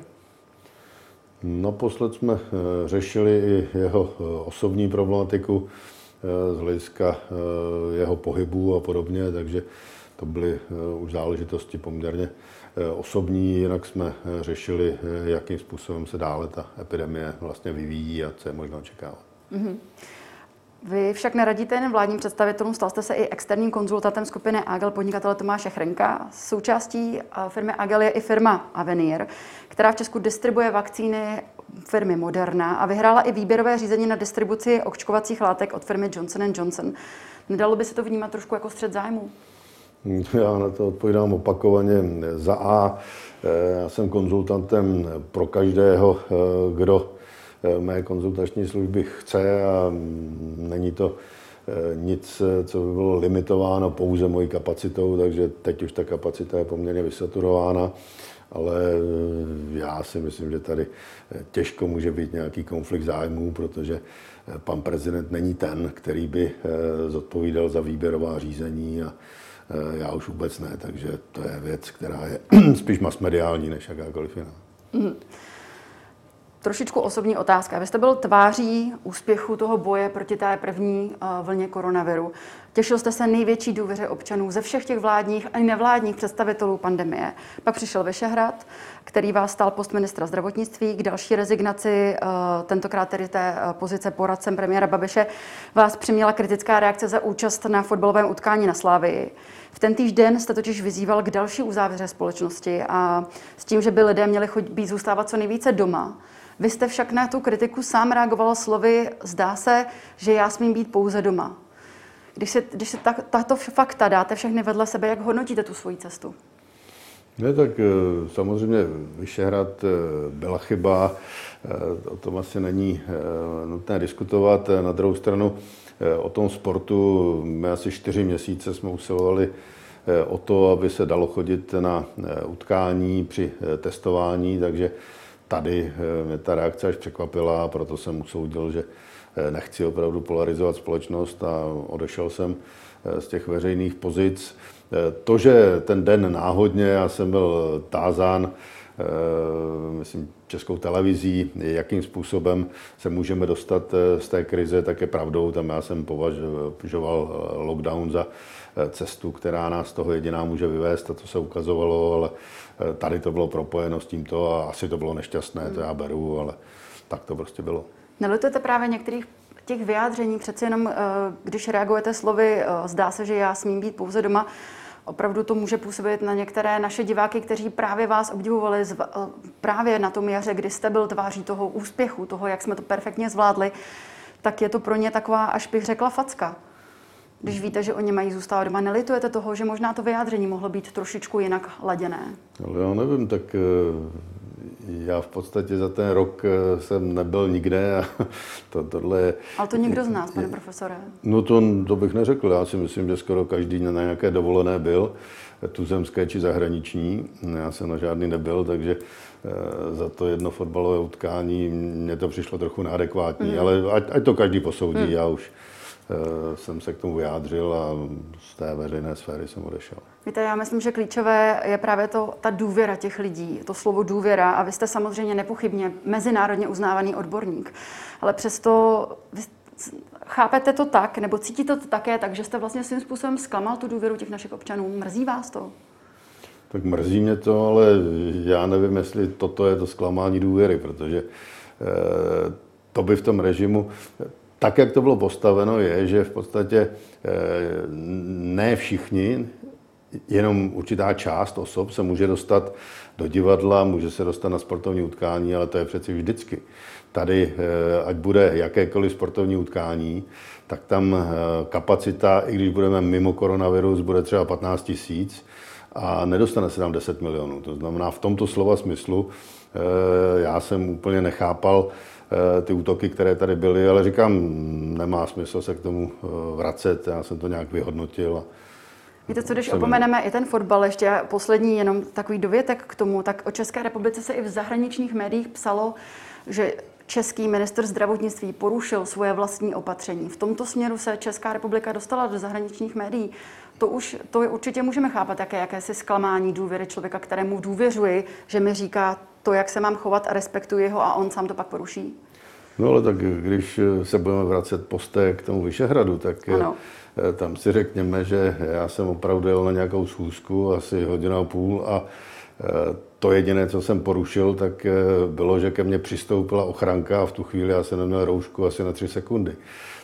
Naposled jsme řešili i jeho osobní problematiku z hlediska jeho pohybu a podobně, takže to byly už záležitosti poměrně osobní, jinak jsme řešili, jakým způsobem se dále ta epidemie vlastně vyvíjí a co je možno očekávat. Mm-hmm. Vy však neradíte jen vládním představitelům, stal jste se i externím konzultantem skupiny Agel podnikatele Tomáše Chrenka. Součástí firmy Agel je i firma Avenir, která v Česku distribuje vakcíny firmy Moderna a vyhrála i výběrové řízení na distribuci očkovacích látek od firmy Johnson and Johnson. Nedalo by se to vnímat trošku jako střet zájmů? Já na to odpovídám opakovaně. Za A, já jsem konzultantem pro každého, kdo mé konzultační služby chce a není to nic, co by bylo limitováno pouze mojí kapacitou, takže teď už ta kapacita je poměrně vysaturována, ale já si myslím, že tady těžko může být nějaký konflikt zájmů, protože pan prezident není ten, který by zodpovídal za výběrová řízení a já už vůbec ne, takže to je věc, která je spíš masmediální než jakákoliv jiná. Mm. Trošičku osobní otázka. Vy jste byl tváří úspěchu toho boje proti té první vlně koronaviru. Těšil jste se největší důvěře občanů ze všech těch vládních a nevládních představitelů pandemie. Pak přišel Vyšehrad, který vás stál post ministra zdravotnictví. K další rezignaci, tentokrát tedy té pozice poradcem premiéra Babiše, vás přiměla kritická reakce za účast na fotbalovém utkání na Slavii. V tentýž den jste totiž vyzýval k další uzávěře společnosti a s tím, že by lidé měli být zůstávat co nejvíce doma. Vy jste však na tu kritiku sám reagoval slovy, zdá se, že já smím být pouze doma. Když se, když se ta, tato fakta dáte všechny vedle sebe, jak hodnotíte tu svoji cestu? Ne, tak samozřejmě Vyšehrad byla chyba, o tom asi není nutné diskutovat. Na druhou stranu o tom sportu my asi čtyři měsíce jsme usilovali o to, aby se dalo chodit na utkání při testování, takže tady mě ta reakce až překvapila, proto jsem usoudil, že nechci opravdu polarizovat společnost a odešel jsem z těch veřejných pozic. To, že ten den náhodně já jsem byl tázán, myslím, Českou televizí, jakým způsobem se můžeme dostat z té krize, tak je pravdou. Tam já jsem považoval lockdown za cestu, která nás z toho jediná může vyvést, a to se ukazovalo, ale tady to bylo propojeno s tímto a asi to bylo nešťastné, to já beru, ale tak to prostě bylo. Nelitujete právě některých těch vyjádření, přeci jenom, když reagujete slovy, zdá se, že já smím být pouze doma, opravdu to může působit na některé naše diváky, kteří právě vás obdivovali právě na tom jaře, kdy jste byl tváří toho úspěchu, toho, jak jsme to perfektně zvládli, tak je to pro ně taková, až bych řekla, facka. Když víte, že oni mají zůstávat doma, nelitujete toho, že možná to vyjádření mohlo být trošičku jinak laděné? Ale já nevím, tak já v podstatě za ten rok jsem nebyl nikde a to, tohle je... Ale to nikdo z nás, pane profesore. No to, to bych neřekl. Já si myslím, že skoro každý na nějaké dovolené byl, tuzemské či zahraniční. Já jsem na žádný nebyl, takže za to jedno fotbalové utkání mně to přišlo trochu neadekvátní, mm. ale ať, ať to každý posoudí, mm. já už jsem se k tomu vyjádřil a z té veřejné sféry jsem odešel. Víte, já myslím, že klíčové je právě to, ta důvěra těch lidí, to slovo důvěra, a vy jste samozřejmě nepochybně mezinárodně uznávaný odborník, ale přesto vy chápete to tak, nebo cítíte to také tak, že jste vlastně svým způsobem zklamal tu důvěru těch našich občanů. Mrzí vás to? Tak mrzí mě to, ale já nevím, jestli toto je to zklamání důvěry, protože eh, to by v tom režimu... Tak, jak to bylo postaveno, je, že v podstatě ne všichni, jenom určitá část osob se může dostat do divadla, může se dostat na sportovní utkání, ale to je přeci vždycky. Tady, ať bude jakékoliv sportovní utkání, tak tam kapacita, i když budeme mimo koronavirus, bude třeba patnáct tisíc a nedostane se tam deset milionů. To znamená, v tomto slova smyslu já jsem úplně nechápal ty útoky, které tady byly, ale říkám, nemá smysl se k tomu vracet, já jsem to nějak vyhodnotil. A víte co, když opomeneme i ten fotbal, ještě poslední jenom takový dovětek k tomu, tak o České republice se i v zahraničních médiích psalo, že český ministr zdravotnictví porušil svoje vlastní opatření. V tomto směru se Česká republika dostala do zahraničních médií. To už to určitě můžeme chápat, jaké jakési zklamání důvěry člověka, kterému důvěřuji, že mi říká to, jak se mám chovat a respektuji ho a on sám to pak poruší. No ale tak když se budeme vracet poste k tomu Vyšehradu, tak ano. Tam si řekněme, že já jsem opravdu jel na nějakou schůzku, asi hodinu a půl, a to jediné, co jsem porušil, tak bylo, že ke mně přistoupila ochranka a v tu chvíli já jsem neměl roušku asi na tři sekundy.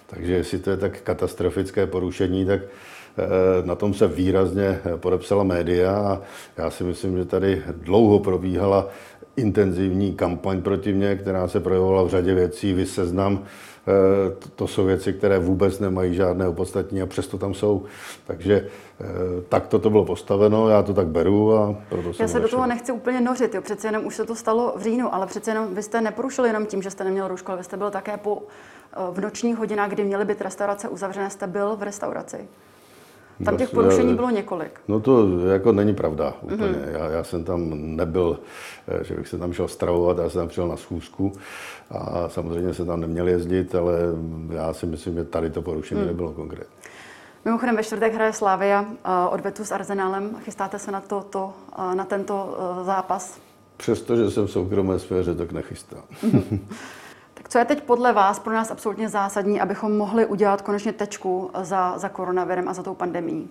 Takže jestli to je tak katastrofické porušení, tak na tom se výrazně podepsala média a já si myslím, že tady dlouho probíhala intenzivní kampaň proti mně, která se projevovala v řadě věcí, vy Seznam. To jsou věci, které vůbec nemají žádné opodstatnění a přesto tam jsou. Takže takto to bylo postaveno, já to tak beru a proto jsem Já se do toho našel. nechci úplně nořit, jo. Přece jenom už se to stalo v říjnu, ale přece jenom vy jste neporušili jenom tím, že jste neměl roušku, ale vy jste byl také po, v nočních hodinách, kdy měly být restaurace uzavřené, jste byl v restauraci. Tam těch porušení bylo několik. No to jako není pravda úplně. Mm-hmm. Já, já jsem tam nebyl, že bych se tam šel stravovat, já jsem tam přijel na schůzku a samozřejmě se tam neměl jezdit, ale já si myslím, že tady to porušení mm. nebylo konkrétně. Mimochodem ve čtvrtek hraje Slavia odvetu s Arsenálem. Chystáte se na, to, to, na tento zápas? Přestože jsem v soukromé sféře, tak nechystám. Mm-hmm. Tak co je teď podle vás pro nás absolutně zásadní, abychom mohli udělat konečně tečku za, za koronavirem a za tou pandemií?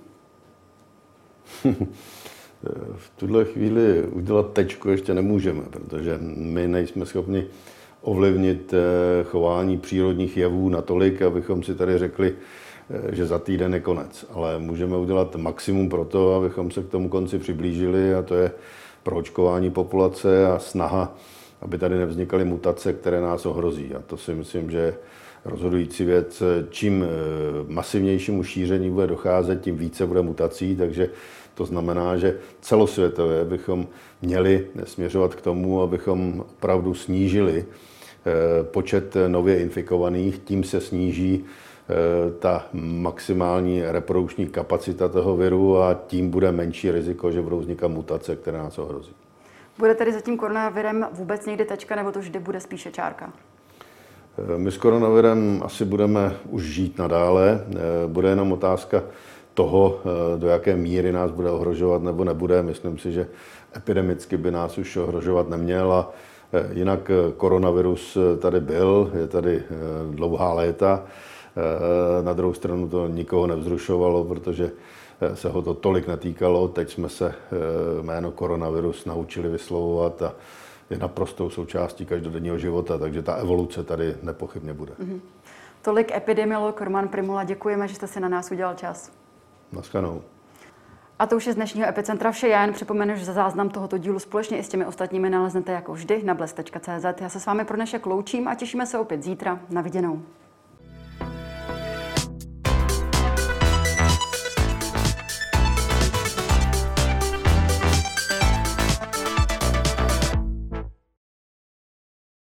V tuhle chvíli udělat tečku ještě nemůžeme, protože my nejsme schopni ovlivnit chování přírodních jevů natolik, abychom si tady řekli, že za týden je konec. Ale můžeme udělat maximum pro to, abychom se k tomu konci přiblížili, a to je proočkování populace a snaha, aby tady nevznikaly mutace, které nás ohrozí. A to si myslím, že je rozhodující věc. Čím masivnějšímu šíření bude docházet, tím více bude mutací, takže to znamená, že celosvětově bychom měli směřovat k tomu, abychom opravdu snížili počet nově infikovaných, tím se sníží ta maximální reprodukční kapacita toho viru a tím bude menší riziko, že budou vznikat mutace, které nás ohrozí. Bude tedy za tím koronavirem vůbec někdy tečka, nebo to vždy bude spíše čárka? My s koronavirem asi budeme už žít nadále. Bude jenom otázka toho, do jaké míry nás bude ohrožovat nebo nebude. Myslím si, že epidemicky by nás už ohrožovat neměl. A jinak koronavirus tady byl, je tady dlouhá léta. Na druhou stranu to nikoho nevzrušovalo, protože se ho to tolik netýkalo. Teď jsme se jméno koronavirus naučili vyslovovat a je naprostou součástí každodenního života, takže ta evoluce tady nepochybně bude. Mm-hmm. Tolik epidemiolog Roman Prymula, děkujeme, že jste si na nás udělal čas. Naschledanou. A to už je z dnešního Epicentra vše. Já jen připomenu, že za záznam tohoto dílu společně i s těmi ostatními naleznete jako vždy na bles tečka cé zet. Já se s vámi pro dnešek loučím a těšíme se opět zítra. Na viděnou.